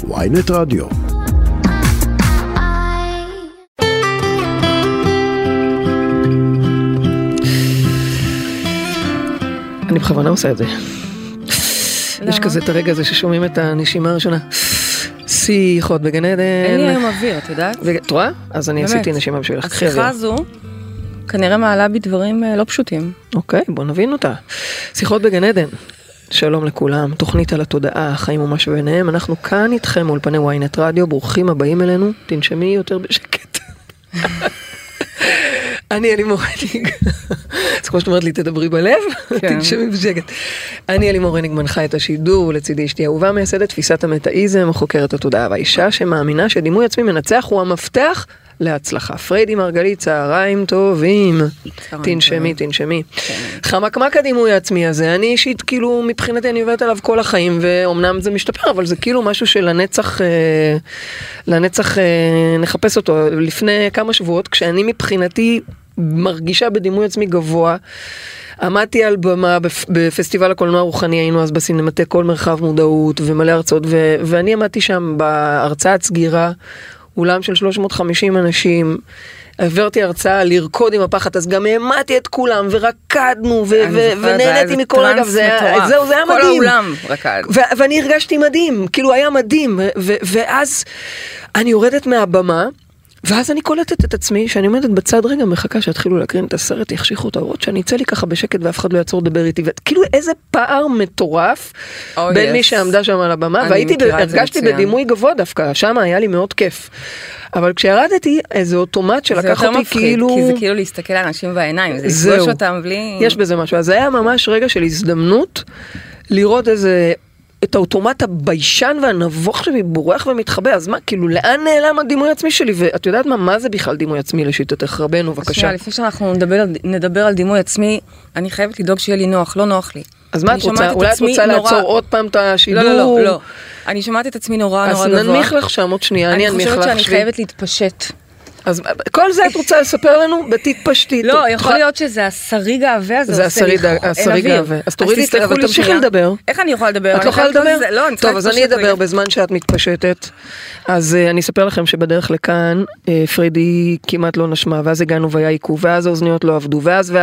ynet רדיו. אני בכוונה עושה את זה. יש כזה את הרגע הזה ששומעים את הנשימה הראשונה. שיחות בגן עדן. אין לי היום אוויר, את יודעת? את רואה? אז אני עשיתי נשימה בשבילך. השיחה הזו כנראה מעלה בדברים לא פשוטים. אוקיי, בוא נבין אותה. שיחות בגן עדן. שלום לכולם, תוכנית על התודעה, החיים ומה שביניהם. אנחנו כאן איתכם אולפני ynet רדיו, ברוכים הבאים אלינו. תנשמי יותר בשקט. אני אלי מורניג, אז כמו שאת אומרת לי, תדברי בלב, תנשמי בשקט. אני אלי מורניג מנחה את השידור, ולצידי אשתי אהובה מייסדת תפיסת המטאיזם, חוקרת התודעה, והאישה שמאמינה שדימוי עצמי מנצח הוא המפתח להצלחה. פריידי מרגלית, צהריים טובים. תנשמי. חמקמק הדימוי העצמי הזה, אני אישית כאילו מבחינתי אני עובדת עליו כל החיים, ואומנם זה משתפר, אבל זה כאילו משהו שלנצח נחפש אותו. לפני כמה שבועות, כשאני מבחינתי מרגישה בדימוי עצמי גבוה, עמדתי על במה בפסטיבל הקולנוע הרוחני, היינו אז בסינמטק כל מרחב מודעות ומלא הרצאות, ואני עמדתי שם בהרצאת סגירה, אולם של 350 אנשים, עברתי הרצאה לרקוד עם הפחד, אז גם העמדתי את כולם, ורקדנו, ונהניתי מכל רגע, זה היה מדהים. כל העולם רקד. ואני הרגשתי מדהים, כאילו היה מדהים, ואז אני יורדת מהבמה, ואז אני קולטת את עצמי, שאני עומדת בצד רגע, מחכה שהתחילו להקרין את הסרט, יחשיכו את האורות, שאני אצא לי ככה בשקט, ואף אחד לא יעצור לדבר איתי, וכאילו איזה פער מטורף, בין מי שעמדה שם על הבמה, והרגשתי בדימוי גבוה דווקא, שם היה לי מאוד כיף. אבל כשירדתי, איזה אוטומט שלקח אותי כאילו... כי זה כאילו להסתכל על אנשים בעיניים, זה לפגוש אותם בלי... יש בזה משהו, אז זה היה ממש רגע של הזדמנות, לראות איזה... את האוטומט הביישן והנבוך שלי בורח ומתחבא, אז מה, כאילו, לאן נעלם הדימוי עצמי שלי? ואת יודעת מה זה בכלל דימוי עצמי לשיטתך? רבנו, בבקשה. לפני שאנחנו נדבר על דימוי עצמי, אני חייבת לדאוג שיהיה לי נוח, לא נוח לי. אז מה את רוצה? אולי את רוצה לעצור עוד פעם את השידור? לא. אני שמעתי את עצמי נורא גבוה. אז ננמיך לך שם עוד שנייה, אני אנמיך לך. אני חושבת שאני חייבת להתפשט. אז כל זה את רוצה לספר לנו? בתתפשטי. לא, יכול להיות שזה השריג העווה הזה. זה השריג העווה. אז תורידי, אבל תמשיכי לדבר. איך אני יכולה לדבר? את לא יכולה לדבר? טוב, אז אני אדבר בזמן שאת מתפשטת. אז אני אספר לכם שבדרך לכאן, פריידי כמעט לא נשמה, ואז הגענו והיה עיכוב, ואז האוזניות לא עבדו, ואז.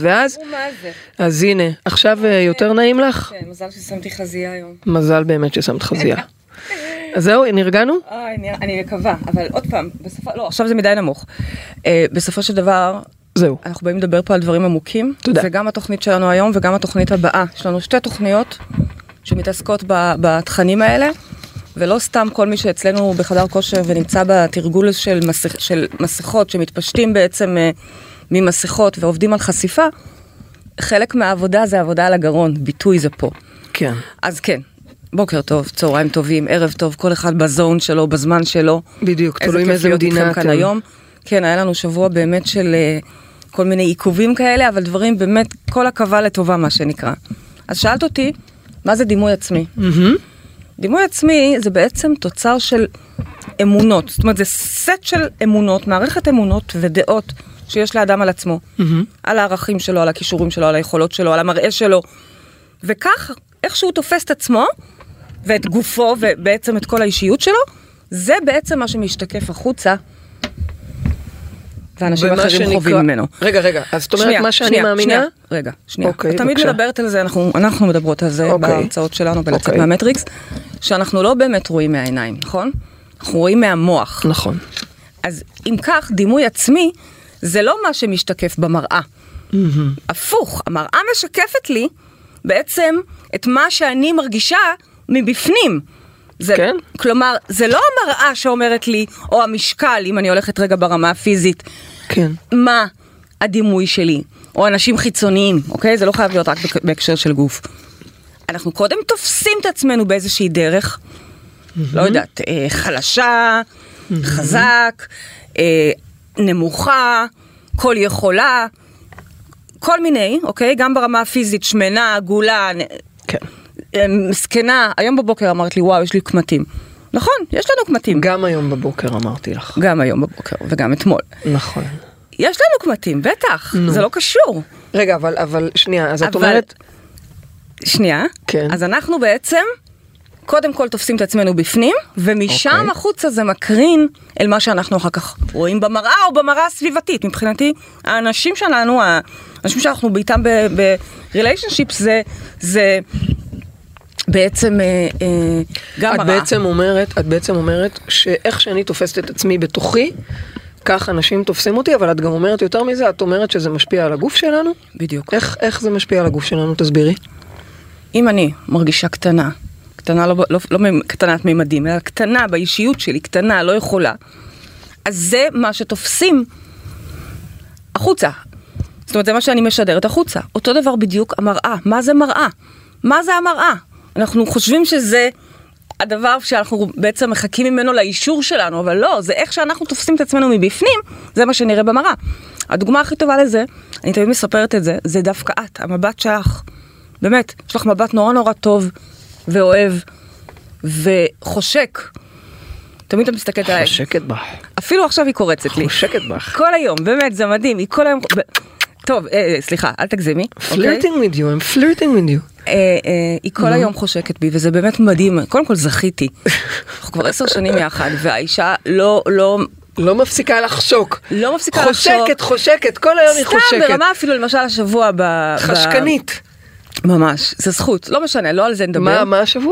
אז הנה, עכשיו יותר נעים לך? כן, מזל ששמתי חזייה היום. מזל באמת ששמת חזייה. אז זהו, נרגענו? אני מקווה, אבל עוד פעם, לא, עכשיו זה מדי נמוך. בסופו של דבר, זהו. אנחנו באים לדבר פה על דברים עמוקים, תודה. וגם התוכנית שלנו היום וגם התוכנית הבאה. יש לנו שתי תוכניות שמתעסקות בתכנים האלה, ולא סתם כל מי שאצלנו בחדר כושר ונמצא בתרגול של מסכות שמתפשטים בעצם ממסכות ועובדים על חשיפה, חלק מהעבודה זה עבודה על הגרון, ביטוי זה פה. כן. אז כן. בוקר טוב, צהריים טובים, ערב טוב, כל אחד בזון שלו, בזמן שלו. בדיוק, תלוי מאיזה מדינה אתם. היום. כן, היה לנו שבוע באמת של כל מיני עיכובים כאלה, אבל דברים באמת, כל הקווה לטובה מה שנקרא. אז שאלת אותי, מה זה דימוי עצמי? דימוי עצמי זה בעצם תוצר של אמונות, זאת אומרת זה סט של אמונות, מערכת אמונות ודעות שיש לאדם על עצמו, על הערכים שלו, על הכישורים שלו, על היכולות שלו, על המראה שלו, וכך איך שהוא תופס את עצמו, ואת גופו, ובעצם את כל האישיות שלו, זה בעצם מה שמשתקף החוצה, ואנשים אחרים חווים ממנו. רגע, אז זאת אומרת מה שאני מאמינה? שנייה. תמיד מדברת על זה, אנחנו מדברות על זה בהרצאות שלנו, בלצאת מהמטריקס, שאנחנו לא באמת רואים מהעיניים, נכון? אנחנו רואים מהמוח. נכון. אז אם כך, דימוי עצמי, זה לא מה שמשתקף במראה. הפוך, המראה משקפת לי, בעצם את מה שאני מרגישה מבפנים. כן? כלומר, זה לא המראה שאומרת לי, או המשקל, אם אני הולכת רגע ברמה הפיזית, כן. מה הדימוי שלי, או אנשים חיצוניים, אוקיי? זה לא חייב להיות רק בהקשר של גוף. אנחנו קודם תופסים את עצמנו באיזושהי דרך, לא יודעת, חלשה, חזק, נמוכה, כל יכולה, כל מיני, אוקיי? גם ברמה הפיזית, שמנה, עגולה, כן. מסכנה. היום בבוקר אמרת לי, וואו, יש לי קמטים. נכון, יש לנו קמטים. גם היום בבוקר אמרתי לך. גם היום בבוקר, וגם אתמול. נכון. יש לנו קמטים, בטח. זה לא קשור. רגע, אבל שנייה, אז את אומרת... שנייה. כן. אז אנחנו בעצם קודם כל תופסים את עצמנו בפנים, ומשם החוצה זה מקרין אל מה שאנחנו אחר כך רואים במראה, או במראה הסביבתית. מבחינתי, האנשים שלנו, האנשים שאנחנו ביתם ב-relationships, זה בעצם גם מראה. את בעצם אומרת שאיך שאני תופסת את עצמי בתוכי, כך אנשים תופסים אותי, אבל את גם אומרת יותר מזה, את אומרת שזה משפיע על הגוף שלנו? בדיוק. איך זה משפיע על הגוף שלנו? תסבירי. אם אני מרגישה קטנה לא קטנת מימדים, אלא קטנה באישיות שלי, קטנה, לא יכולה, אז זה מה שתופסים החוצה. זאת אומרת, זה מה שאני משדרת החוצה. אותו דבר בדיוק המראה. מה זה מראה? מה זה המראה? אנחנו חושבים שזה הדבר שאנחנו בעצם מחכים ממנו לאישור שלנו, אבל לא, זה איך שאנחנו תופסים את עצמנו מבפנים, זה מה שנראה במראה. הדוגמה הכי טובה לזה, אני תמיד מספרת את זה, זה דווקא את, המבט שלך. באמת, יש לך מבט נורא נורא טוב ואוהב וחושק. תמיד את מסתכלת עליי. חושקת בך. אפילו עכשיו היא קורצת לי. חושקת בך. כל היום, באמת, זה מדהים. היא כל היום... טוב, סליחה, אל תגזימי. Flirting with you, I'm flirting with you. היא כל היום חושקת בי, וזה באמת מדהים. קודם כל זכיתי. אנחנו כבר 10 שנים יחד, והאישה לא מפסיקה לחשוק. לא מפסיקה לחשוק. חושקת, כל היום היא חושקת. סתם, ברמה אפילו למשל השבוע חשקנית. ממש, זה זכות. לא משנה, לא על זה נדבר. מה השבוע?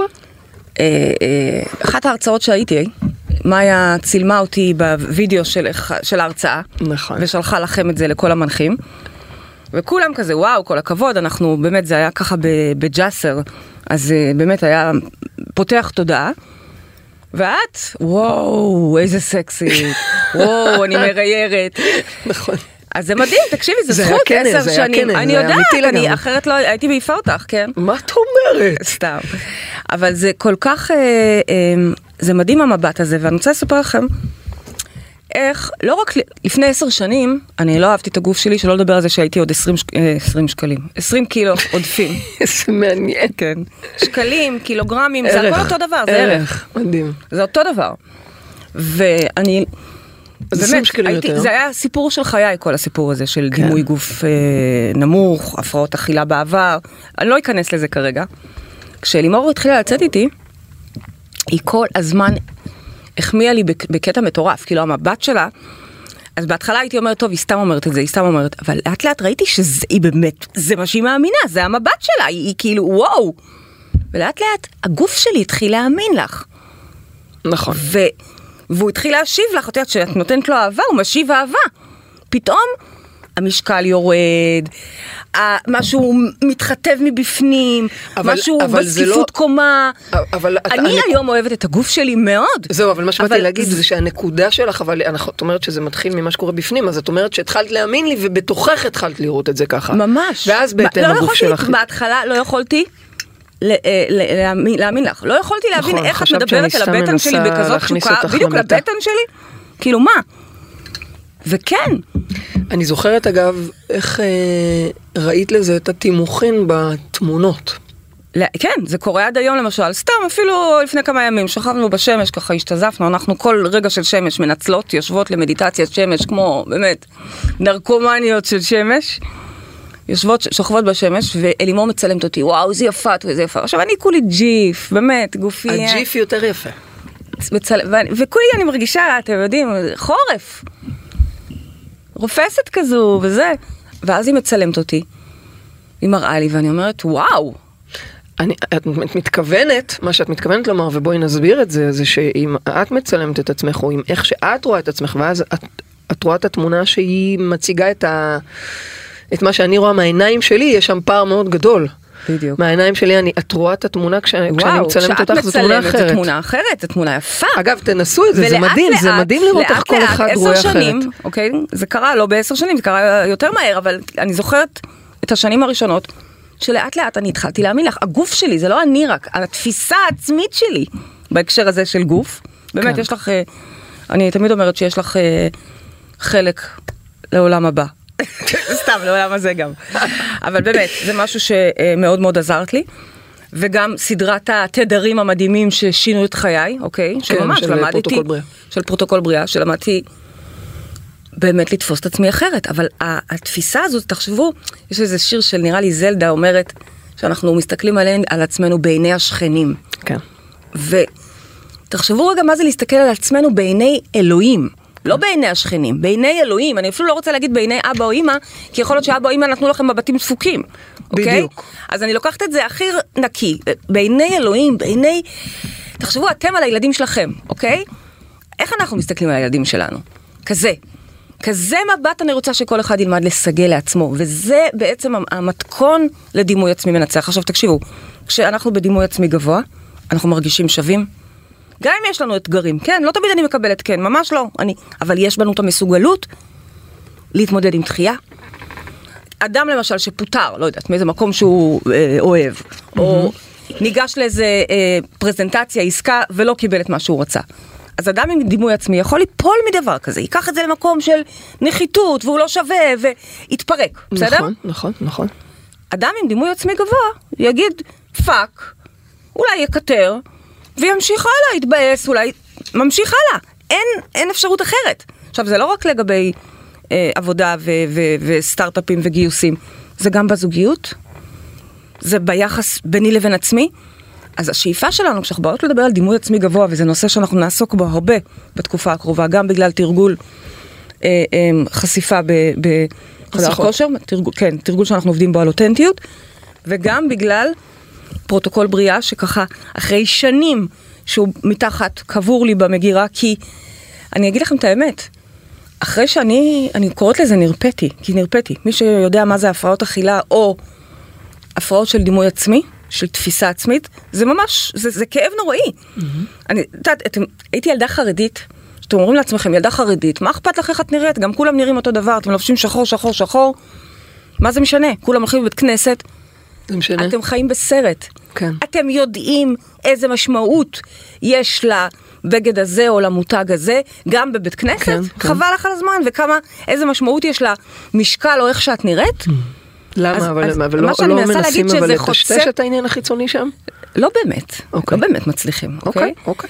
אחת ההרצאות שהייתי, מאיה צילמה אותי בווידאו של ההרצאה. נכון. ושלחה לכם את זה לכל המנחים. וכולם כזה, וואו, כל הכבוד, אנחנו באמת, זה היה ככה בג'אסר, אז באמת היה פותח תודעה, ואת, וואו, איזה סקסי, וואו, אני מריירת. נכון. אז זה מדהים, תקשיבי, זה זכות 10 שנים. אני יודעת, אני אחרת לא, הייתי מעיפה אותך, כן? מה את אומרת? סתם. אבל זה כל כך, זה מדהים המבט הזה, ואני רוצה לספר לכם, איך, לא רק לפני 10 שנים, אני לא אהבתי את הגוף שלי, שלא לדבר על זה שהייתי עוד 20 שקלים. 20 קילו עודפים. זה מעניין. כן. שקלים, קילוגרמים, זה הכל אותו דבר, זה ערך. מדהים. זה אותו דבר. ואני, באמת, זה היה סיפור של חיי, כל הסיפור הזה, של דימוי גוף נמוך, הפרעות אכילה בעבר. אני לא אכנס לזה כרגע. כשלימור התחילה לצאת איתי, היא כל הזמן החמיאה לי בקטע מטורף, כאילו המבט שלה, אז בהתחלה הייתי אומרת, טוב, היא סתם אומרת את זה, היא סתם אומרת, אבל לאט לאט ראיתי שהיא באמת, זה מה שהיא מאמינה, זה המבט שלה, היא כאילו, וואו. ולאט לאט הגוף שלי התחיל להאמין לך. נכון. והוא התחיל להשיב לך, את יודעת, שאת נותנת לו אהבה, הוא משיב אהבה. פתאום המשקל יורד, משהו מתחתב מבפנים, משהו בסקיפות קומה. אני היום אוהבת את הגוף שלי מאוד. זהו, אבל מה שבאתי להגיד זה שהנקודה שלך, אבל את אומרת שזה מתחיל ממה שקורה בפנים, אז את אומרת שהתחלת להאמין לי, ובתוכך התחלת לראות את זה ככה. ממש. ואז בהתאם הגוף שלך. בהתחלה לא יכולתי להאמין לך. לא יכולתי להבין איך את מדברת על הבטן שלי בכזאת תשוקה, בדיוק לבטן שלי. כאילו מה? וכן. אני זוכרת אגב, איך ראית לזה את התימוכין בתמונות. כן, זה קורה עד היום למשל, סתם אפילו לפני כמה ימים, שכבנו בשמש, ככה השתזפנו, אנחנו כל רגע של שמש מנצלות, יושבות למדיטציית שמש, כמו באמת נרקומניות של שמש, יושבות, שוכבות בשמש, ואלימור מצלמת אותי, וואו, זה יפה, זה יפה. עכשיו אני כולי ג'יף, באמת, גופי. הג'יף יותר יפה. וכולי אני מרגישה, אתם יודעים, חורף. רופסת כזו, וזה. ואז היא מצלמת אותי. היא מראה לי, ואני אומרת, וואו. את מתכוונת, מה שאת מתכוונת לומר, ובואי נסביר את זה, זה שאם את מצלמת את עצמך, או אם איך שאת רואה את עצמך, ואז את רואה את התמונה שהיא מציגה את מה שאני רואה מהעיניים שלי, יש שם פער מאוד גדול. בדיוק. מהעיניים שלי, את רואה את התמונה כשאני מצלמת אותך, זו תמונה אחרת. זו תמונה אחרת, זו תמונה יפה. אגב, תנסו את זה, זה מדהים, זה מדהים לראות איך כל אחד רואה אחרת. 10 שנים, אוקיי? זה קרה לא ב10 שנים, זה קרה יותר מהר, אבל אני זוכרת את השנים הראשונות, שלאט לאט אני התחלתי להאמין לך, הגוף שלי, זה לא אני רק, התפיסה העצמית שלי, בהקשר הזה של גוף, באמת יש לך, אני תמיד אומרת שיש לך חלק לעולם הבא. סתם, לעולם הזה גם. אבל באמת, זה משהו שמאוד מאוד עזרת לי, וגם סדרת התדרים המדהימים ששינו את חיי, אוקיי? שממש למדתי, של פרוטוקול בריאה, שלמדתי באמת לתפוס את עצמי אחרת, אבל התפיסה הזאת, תחשבו, יש איזה שיר של נראה לי זלדה אומרת, שאנחנו מסתכלים על עצמנו בעיני השכנים. כן. ותחשבו רגע מה זה להסתכל על עצמנו בעיני אלוהים. לא בעיני השכנים, בעיני אלוהים. אני אפילו לא רוצה להגיד בעיני אבא או אמא, כי יכול להיות שאבא או אמא נתנו לכם מבטים דפוקים. בדיוק. אז אני לוקחת את זה הכי נקי. בעיני אלוהים, בעיני... תחשבו אתם על הילדים שלכם, אוקיי? איך אנחנו מסתכלים על הילדים שלנו? כזה מבט אני רוצה שכל אחד ילמד לסגל לעצמו, וזה בעצם המתכון לדימוי עצמי מנצח. עכשיו תקשיבו, כשאנחנו בדימוי עצמי גבוה, אנחנו מרגישים שווים, גם אם יש לנו אתגרים, כן, לא תמיד אני מקבלת, כן, ממש לא, אבל יש בנו את המסוגלות להתמודד עם דחייה. אדם למשל שפוטר, לא יודעת, מאיזה מקום שהוא אוהב, או ניגש לאיזה פרזנטציה, עסקה, ולא קיבל את מה שהוא רצה. אז אדם עם דימוי עצמי יכול ליפול מדבר כזה, ייקח את זה למקום של נחיתות, והוא לא שווה, ויתפרק, בסדר? נכון. אדם עם דימוי עצמי גבוה, יגיד פאק, אולי יקטר, וימשיך הלאה, יתבאס, אולי ממשיך הלאה. אין אפשרות אחרת. עכשיו, זה לא רק לגבי עבודה וסטארט-אפים וגיוסים, זה גם בזוגיות, זה ביחס ביני לבין עצמי. אז השאיפה שלנו, כשאנחנו באות לדבר על דימוי עצמי גבוה, וזה נושא שאנחנו נעסוק בו הרבה בתקופה הקרובה, גם בגלל תרגול חשיפה בחדר הכושר, תרגול שאנחנו עובדים בו על אותנטיות, וגם בגלל פרוטוקול בריאה שככה אחרי שנים שהוא מתחת קבור לי במגירה, כי אני אגיד לכם את האמת, אחרי שאני קוראת לזה נרפאתי, מי שיודע מה זה הפרעות אכילה או הפרעות של דימוי עצמי, של תפיסה עצמית, זה ממש, זה כאב נוראי. הייתי ילדה חרדית, שאתם אומרים לעצמכם, ילדה חרדית, מה אכפת לך איך את נראית? גם כולם נראים אותו דבר, אתם לובשים שחור, מה זה משנה? כולם הולכים בבית כנסת, אתם חיים בסרט. כן. אתם יודעים איזה משמעות יש לבגד הזה או למותג הזה, גם בבית כנסת, כן. חבל לך על הזמן, איזה משמעות יש למשקל או איך שאת נראית. למה? אבל לא מנסים לטשטש את העניין החיצוני שם? לא באמת, לא באמת מצליחים. אוקיי.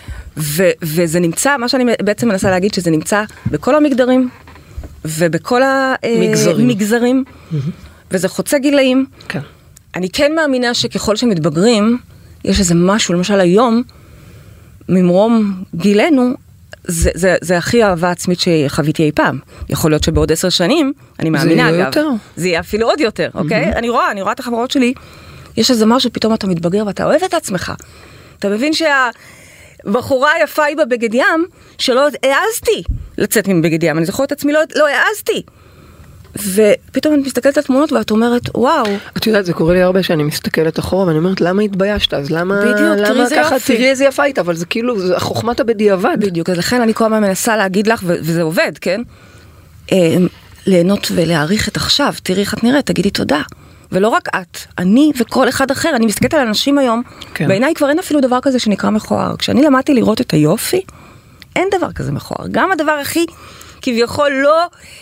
וזה נמצא, מה שאני בעצם מנסה להגיד, שזה נמצא בכל המגדרים, ובכל המגזרים, וזה חוצה גילאים. כן. אני כן מאמינה שככל שמתבגרים, יש איזה משהו, למשל היום, ממרום גילנו, זה הכי אהבה עצמית שחוויתי אי פעם. יכול להיות שבעוד 10 שנים, אני מאמינה אגב. זה יהיה אפילו עוד יותר, אוקיי? אני רואה את החברות שלי, יש איזה משהו, פתאום אתה מתבגר ואתה אוהב את עצמך. אתה מבין שהבחורה היפה היא בבגד ים, שלא העזתי לצאת מבגד ים. אני זוכרת את עצמי, לא העזתי. ופתאום אני מסתכלת על תמונות ואת אומרת, וואו. את יודעת, זה קורה לי הרבה שאני מסתכלת אחורה ואני אומרת, למה התביישת? אז למה ככה, תראי איזה יפה היית, אבל זה כאילו, זה החוכמת הבדיעבד. בדיוק, אז לכן אני כל הזמן מנסה להגיד לך, וזה עובד, כן? ליהנות ולהעריך את עכשיו, תראי איך את נראית, תגידי תודה. ולא רק את, אני וכל אחד אחר, אני מסתכלת על אנשים היום, בעיניי כבר אין אפילו דבר כזה שנקרא מכוער. כשאני למדתי לראות את היופי, אין דבר כזה מכוער. גם הדבר הכי כביכול לא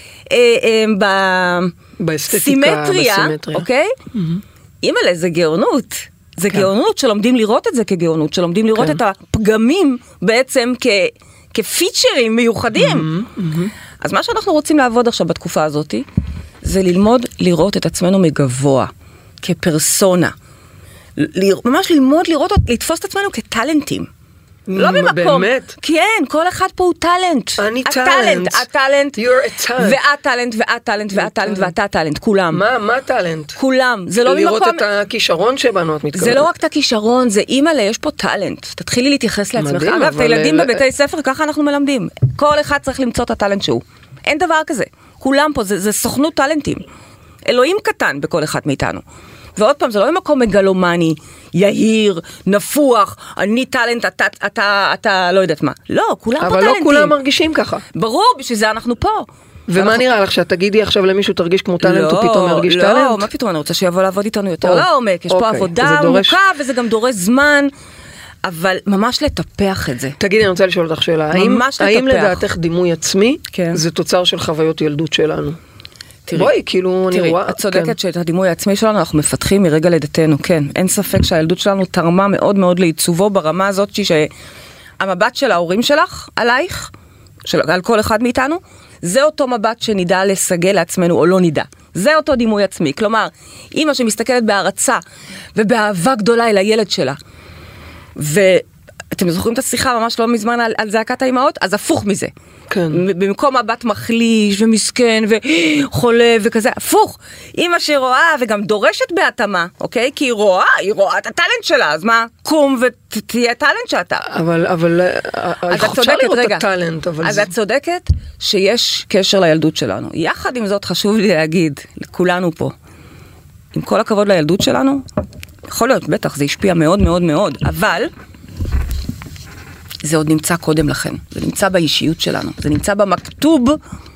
בסימטריה, אוקיי? אימא'לה, זה גאונות. זה גאונות שלומדים לראות את זה כגאונות, שלומדים לראות את הפגמים בעצם כפיצ'רים מיוחדים. אז מה שאנחנו רוצים לעבוד עכשיו בתקופה הזאת, זה ללמוד לראות את עצמנו מגבוה, כפרסונה. ממש ללמוד לראות, לתפוס את עצמנו כטלנטים. לא במקום. באמת? כן, כל אחד פה הוא טלנט. אני טלנט. הטלנט. You're a talent. ואת טלנט, ואת טלנט, ואת טלנט, ואתה טלנט. כולם. מה טלנט? כולם. זה לא במקום. לראות את הכישרון שבנו, את מתכוונת. זה לא רק את הכישרון, זה אימא'לה, יש פה טלנט. תתחילי להתייחס לעצמך. אגב, את הילדים בבתי ספר, ככה אנחנו מלמדים. כל אחד צריך למצוא את הטלנט שהוא. אין דבר כזה. כולם פה, זה סוכנות טלנטים. אלוהים קטן בכל אחד מאיתנו. ועוד פעם, זה לא במקום מגלומני, יהיר, נפוח, אני טלנט, אתה לא יודעת מה. לא, כולם פה טלנטים. אבל לא כולם מרגישים ככה. ברור, בשביל זה אנחנו פה. ומה נראה לך, שאת תגידי עכשיו למישהו תרגיש כמו טלנט, הוא פתאום ירגיש טלנט? לא, מה פתאום, אני רוצה שיבוא לעבוד איתנו יותר לעומק, יש פה עבודה עמוקה, וזה גם דורש זמן, אבל ממש לטפח את זה. תגידי, אני רוצה לשאול אותך שאלה, האם לדעתך דימוי עצמי, זה תוצר של חוויות ילדות שלנו? בואי, כאילו, אני רואה... את צודקת שאת הדימוי העצמי שלנו אנחנו מפתחים מרגע לידתנו, כן. אין ספק שהילדות שלנו תרמה מאוד מאוד לעיצובו ברמה הזאת שהמבט של ההורים שלך עלייך, על כל אחד מאיתנו, זה אותו מבט שנדע לסגל לעצמנו או לא נדע. זה אותו דימוי עצמי. כלומר, אמא שמסתכלת בהערצה ובאהבה גדולה אל הילד שלה, אתם זוכרים את השיחה ממש לא מזמן על זעקת האימהות? אז הפוך מזה. כן. במקום הבת מחליש ומסכן וחולה וכזה, הפוך. אמא שרואה וגם דורשת בהתאמה, אוקיי? כי היא רואה את הטלנט שלה, אז מה? קום ותהיה הטלנט שאתה. אבל אפשר לראות את הטלנט, אבל אז את צודקת שיש קשר לילדות שלנו. יחד עם זאת חשוב לי להגיד, לכולנו פה, עם כל הכבוד לילדות שלנו, יכול להיות, בטח, זה השפיע מאוד מאוד מאוד, אבל זה עוד נמצא קודם לכן, זה נמצא באישיות שלנו, זה נמצא במכתוב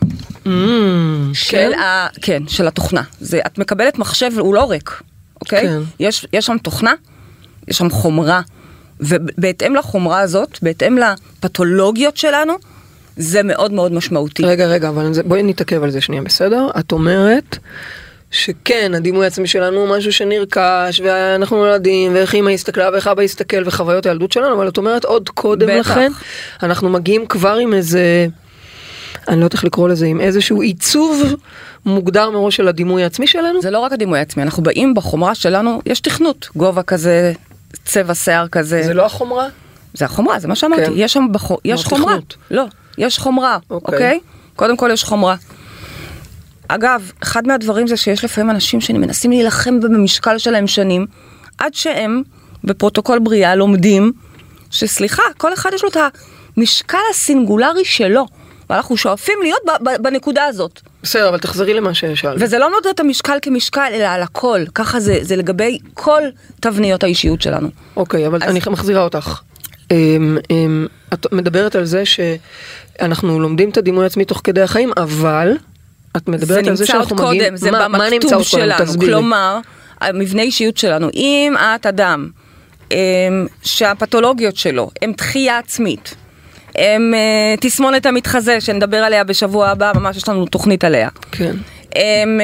של התוכנה. את מקבלת מחשב, הוא לא ריק, אוקיי? יש שם תוכנה, יש שם חומרה, ובהתאם לחומרה הזאת, בהתאם לפתולוגיות שלנו, זה מאוד מאוד משמעותי. רגע, אבל בואי נתעכב על זה שנייה, בסדר? את אומרת שכן, הדימוי העצמי שלנו הוא משהו שנרכש, ואנחנו נולדים, ואיך אמא הסתכלה, ואיך אבא הסתכל, וחוויות הילדות שלנו, אבל את אומרת עוד קודם לכן, אנחנו מגיעים כבר עם איזה, אני לא יודעת איך לקרוא לזה, עם איזשהו עיצוב מוגדר מראש של הדימוי העצמי שלנו? זה לא רק הדימוי העצמי, אנחנו באים בחומרה שלנו, יש תכנות, גובה כזה, צבע שיער כזה. זה לא החומרה? זה החומרה, זה מה שאמרתי, יש שם יש חומרה. לא, יש חומרה, אוקיי? קודם כל יש חומרה. אגב, אחד מהדברים זה שיש לפעמים אנשים שמנסים להילחם במשקל שלהם שנים, עד שהם בפרוטוקול בריאה לומדים, שסליחה, כל אחד יש לו את המשקל הסינגולרי שלו, ואנחנו שואפים להיות בנקודה הזאת. בסדר, אבל תחזרי למה ששאלת. וזה לא נודע את המשקל כמשקל, אלא על הכל. ככה זה לגבי כל תבניות האישיות שלנו. אוקיי, אבל אני מחזירה אותך. את מדברת על זה שאנחנו לומדים את הדימוי העצמי תוך כדי החיים, אבל את מדברת על זה שאנחנו מגיעים, זה במכתוב שלנו, כלומר, המבנה אישיות שלנו, אם את אדם, שהפתולוגיות שלו, הם דחייה עצמית, הם תסמונת המתחזה, שנדבר עליה בשבוע הבא, ממש יש לנו תוכנית עליה. כן. הם,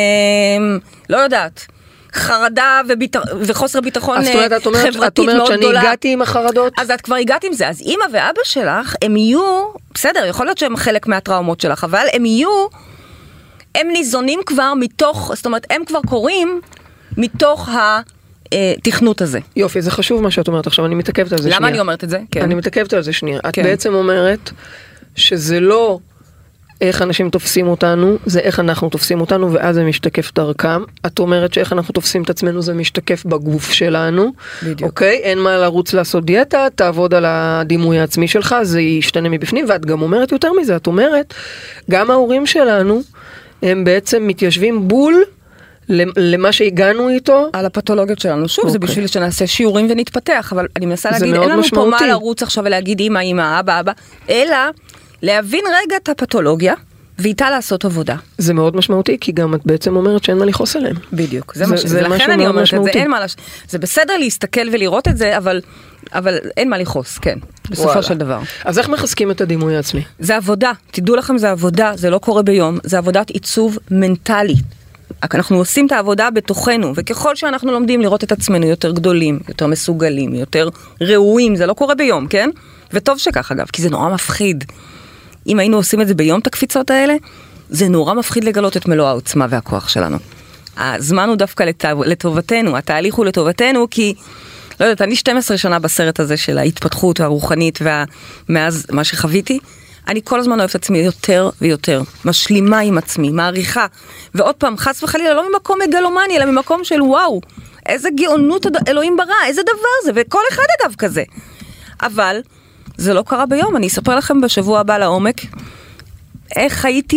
לא יודעת, חרדה וחוסר ביטחון חברתית מאוד גדולה. את אומרת שאני הגעתי עם החרדות? אז את כבר הגעת עם זה. אז אמא ואבא שלך, הם יהיו, בסדר, יכול להיות שהם חלק מהטראומות שלך, אבל הם יהיו, הם ניזונים כבר מתוך, זאת אומרת, הם כבר קוראים מתוך התכנות הזה. יופי, זה חשוב מה שאת אומרת עכשיו, אני מתעכבת על זה שנייה. למה אני אומרת את זה? כן. אני מתעכבת על זה שנייה. את בעצם אומרת שזה לא איך אנשים תופסים אותנו, זה איך אנחנו תופסים אותנו, ואז זה משתקף דרכם. את אומרת שאיך אנחנו תופסים את עצמנו, זה משתקף בגוף שלנו. בדיוק. אוקיי? אין מה לרוץ לעשות דיאטה, תעבוד על הדימוי העצמי שלך, זה ישתנה מבפנים, ואת גם אומרת יותר מזה, את אומרת, גם ההורים שלנו, הם בעצם מתיישבים בול למה שהגענו איתו. על הפתולוגיות שלנו. שוב, זה בשביל שנעשה שיעורים ונתפתח, אבל אני מנסה להגיד, אין לנו פה מה לרוץ עכשיו ולהגיד אמא, אבא, אלא להבין רגע את הפתולוגיה, ואיתה לעשות עבודה. זה מאוד משמעותי, כי גם את בעצם אומרת שאין מה לכעוס עליהם. בדיוק, זה לכן אני אומרת את זה, אין מה, זה בסדר להסתכל ולראות את זה, אבל אין מה לכעוס, כן, בסופו של דבר. אז איך מחזקים את הדימוי העצמי? זה עבודה, תדעו לכם, זה עבודה, זה לא קורה ביום, זה עבודת עיצוב מנטלי. אנחנו עושים את העבודה בתוכנו, וככל שאנחנו לומדים לראות את עצמנו יותר גדולים, יותר מסוגלים, יותר ראויים, זה לא קורה ביום, כן? וטוב שכך אגב, כי זה נורא מפחיד. אם היינו עושים את זה ביום, את הקפיצות האלה, זה נורא מפחיד לגלות את מלוא העוצמה והכוח שלנו. הזמן הוא דווקא לטובתנו, התהליך הוא לטובתנו, כי, לא יודעת, אני 12 שנה בסרט הזה של ההתפתחות הרוחנית, ומאז מה שחוויתי, אני כל הזמן אוהבת עצמי יותר ויותר, משלימה עם עצמי, מעריכה, ועוד פעם, חס וחלילה, לא ממקום מגלומני, אלא ממקום של וואו, איזה גאונות אלוהים ברא, איזה דבר זה, וכל אחד אגב כזה. אבל זה לא קרה ביום, אני אספר לכם בשבוע הבא לעומק, איך הייתי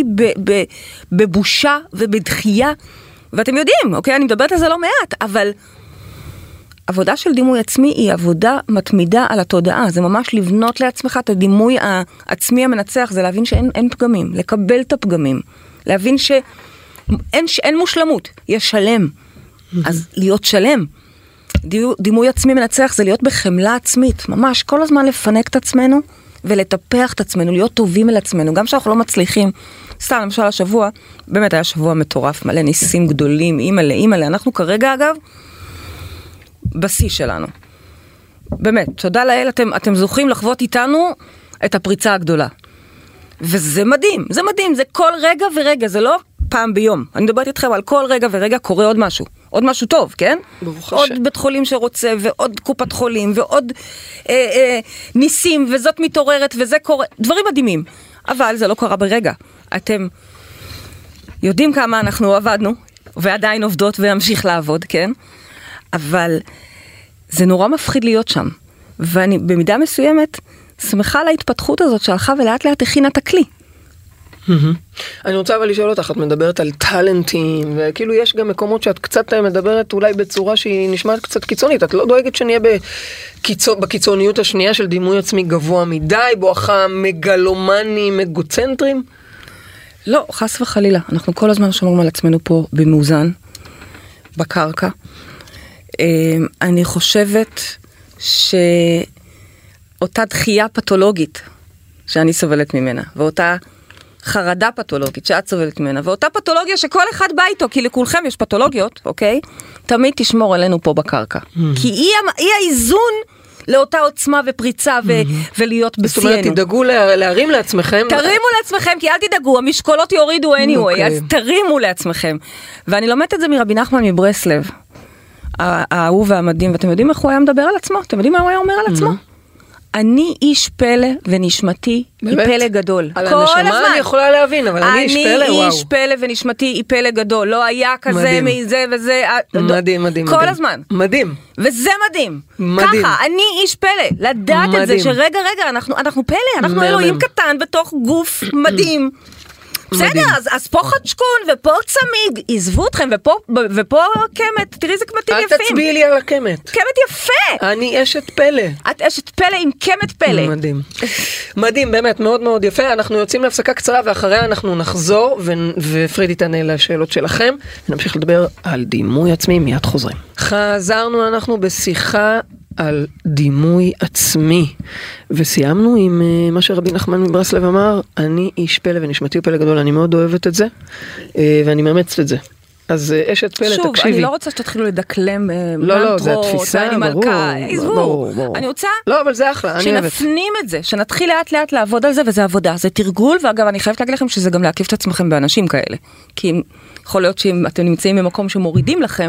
בבושה ובדחייה, ואתם יודעים, אוקיי, אני מדברת על זה לא מעט, אבל עבודה של דימוי עצמי היא עבודה מתמידה על התודעה, זה ממש לבנות לעצמך את הדימוי העצמי המנצח, זה להבין שאין פגמים, לקבל את הפגמים, להבין שאין מושלמות, יש שלם, אז להיות שלם, דימוי עצמי מנצח זה להיות בחמלה עצמית, ממש כל הזמן לפנק את עצמנו ולטפח את עצמנו, להיות טובים אל עצמנו, גם שאנחנו לא מצליחים. סתם, למשל השבוע, באמת היה שבוע מטורף, מלא ניסים גדולים, אימאלה, אנחנו כרגע אגב, בשיא שלנו. באמת, תודה לאל, אתם זוכים לחוות איתנו את הפריצה הגדולה. וזה מדהים, זה מדהים, זה כל רגע ורגע, זה לא פעם ביום. אני מדברת איתכם על כל רגע ורגע קורה עוד משהו. עוד משהו טוב, כן? ברוך עוד השם. בית חולים שרוצה, ועוד קופת חולים, ועוד ניסים, וזאת מתעוררת, וזה קורה, דברים מדהימים. אבל זה לא קרה ברגע. אתם יודעים כמה אנחנו עבדנו, ועדיין עובדות וימשיך לעבוד, כן? אבל זה נורא מפחיד להיות שם. ואני במידה מסוימת שמחה על ההתפתחות הזאת שהלכה ולאט לאט הכינה את הכלי. אני רוצה אבל לשאול אותך, את מדברת על טלנטים, וכאילו יש גם מקומות שאת קצת מדברת אולי בצורה שהיא נשמעת קצת קיצונית, את לא דואגת שנהיה בקיצוניות השנייה של דימוי עצמי גבוה מדי, בואכה מגלומנים, מגוצנטרים? לא, חס וחלילה. אנחנו כל הזמן שומרים על עצמנו פה במאוזן, בקרקע. אני חושבת שאותה דחייה פתולוגית שאני סובלת ממנה, ואותה חרדה פתולוגית שאת סובלת ממנה, ואותה פתולוגיה שכל אחד בא איתו, כי לכולכם יש פתולוגיות, אוקיי? תמיד תשמור עלינו פה בקרקע. כי היא האיזון לאותה עוצמה ופריצה ולהיות בסיינו. זאת אומרת, תדאגו להרים לעצמכם. תרימו לעצמכם, כי אל תדאגו, המשקולות יורידו anyway, אז תרימו לעצמכם. ואני לומדת את זה מרבי נחמן מברסלב, האהוב והמדהים, ואתם יודעים איך הוא היה מדבר על עצמו? אתם יודעים מה הוא היה אומר על עצמו? אני איש פלא ונשמתי היא פלא גדול. על הנשמה אני יכולה להבין, אבל אני איש פלא, וואו. אני איש פלא ונשמתי היא פלא גדול. לא היה כזה מזה וזה. מדהים, מדהים. כל הזמן. מדהים. וזה מדהים. ככה, אני איש פלא. לדעת את זה שרגע, אנחנו פלא. אנחנו אלוהים קטן בתוך גוף מדהים. בסדר, אז פה חדשקון ופה צמיג, עזבו אתכם, ופה קמת, תראי איזה קמטים יפים. אל תצביעי לי על הקמת. קמת יפה. אני אשת פלא. את אשת פלא עם קמת פלא. מדהים. מדהים, באמת, מאוד מאוד יפה. אנחנו יוצאים להפסקה קצרה, ואחריה אנחנו נחזור, ופרידי תענה לשאלות שלכם, ונמשיך לדבר על דימוי עצמי, מיד חוזרים. חזרנו, אנחנו בשיחה על דימוי עצמי, וסיימנו עם מה שרבי נחמן מברסלב אמר, אני איש פלא ונשמתי פלא גדול, אני מאוד אוהבת את זה, ואני מאמצת את זה. אז אשת פלא, שוב, תקשיבי. אני לא רוצה שתתחילו לדקלם לא, זה התפיסה, ברור. אני רוצה לא, אבל זה אחלה, אני אוהבת. שנפנים את זה, שנתחיל לאט לאט לעבוד על זה, וזה עבודה, זה תרגול, ואגב, אני חייבת להגיד לכם שזה גם להקיף את עצמכם באנשים כאלה, כי יכול להיות שאם אתם נמצאים במקום שמורידים לכם,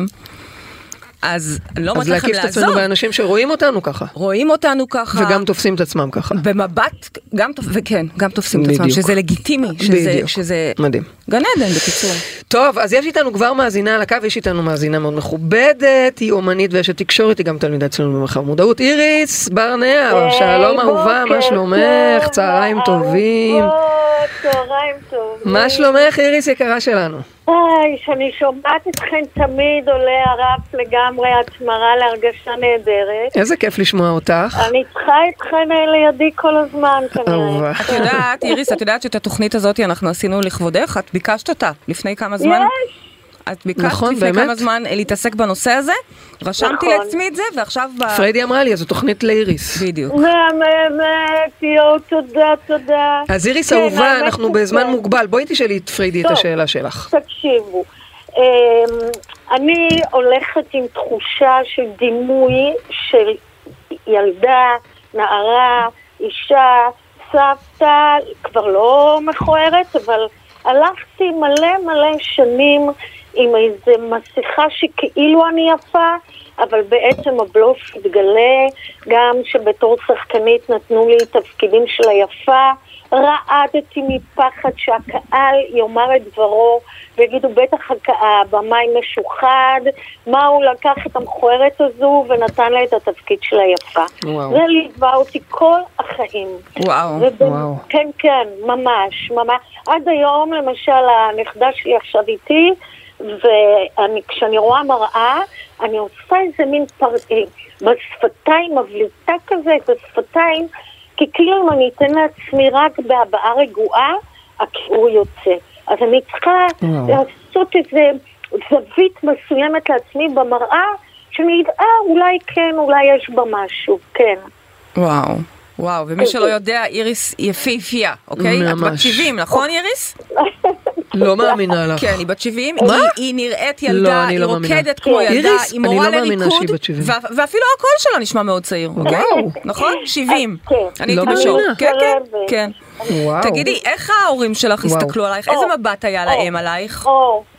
אז לא מצליחים לעזור. אז להקיף את עצמנו באנשים שרואים אותנו ככה. רואים אותנו ככה. וגם תופסים את עצמם ככה. במבט, וכן, גם תופסים את עצמם, שזה לגיטימי, שזה מדהים. גן עדן בקיצור. טוב, אז יש איתנו כבר מאזינה על הקו, יש איתנו מאזינה מאוד מכובדת, היא אומנית ואשת תקשורת, היא גם תלמידה אצלנו במרחב מודעות. איריס ברנע, שלום אהובה, מה שלומך? צהריים טובים. צהריים טוב. מה שלומך איריס יקרה שלנו? שאני שומעת אתכם תמיד עולה הרף לגמרי, הצמרה להרגשה נהדרת. איזה כיף לשמוע אותך. אני צריכה אתכם לידי כל הזמן כנראה. את יודעת, איריס, את יודעת שאת התוכנית הזאת אנחנו עשינו לכבודך, את ביקשת אותה לפני כמה זמן. את ביקשת לפני כמה זמן להתעסק בנושא הזה, רשמתי לעצמי את זה, ועכשיו פריידי אמרה לי, זו תוכנית לאיריס. בדיוק. באמת, יואו, תודה. אז איריס אהובה, אנחנו בזמן מוגבל, בואי תשאלי את פריידי את השאלה שלך. תקשיבו, אני הולכת עם תחושה של דימוי של ילדה, נערה, אישה, סבתא, כבר לא מכוערת, אבל הלכתי מלא שנים עם איזה מסכה שכאילו אני יפה, אבל בעצם הבלוף התגלה, גם שבתור שחקנית נתנו לי תפקידים של היפה, רעדתי מפחד שהקהל יאמר את דברו, ויגידו בטח הבמאי משוחד, מה הוא לקח את המכוערת הזו ונתן לה את התפקיד של היפה. וואו. זה ליווה אותי כל החיים. וואו. כן, ממש. עד היום למשל הנכדה שלי עכשיו איתי, וכשאני רואה מראה, אני עושה איזה מין בשפתיים, מבליטה כזה, בשפתיים, כי כאילו אם אני אתן לעצמי רק בהבעה רגועה, הכיעור יוצא. אז אני צריכה לעשות איזה זווית מסוימת לעצמי במראה, שאני אדעה אולי כן, אולי יש בה משהו, כן. וואו, ומי שלא יודע, איריס יפהפייה, אוקיי? את בת 70, נכון איריס? לא מאמינה לך. כן, היא בת 70, היא נראית ילדה, היא רוקדת כמו ילדה, היא מורה לריקוד, ואפילו הקול שלה נשמע מאוד צעיר, אוקיי? נכון? 70. אני הייתי בשוק. כן. תגידי, איך ההורים שלך הסתכלו עלייך? איזה מבט היה להם עלייך?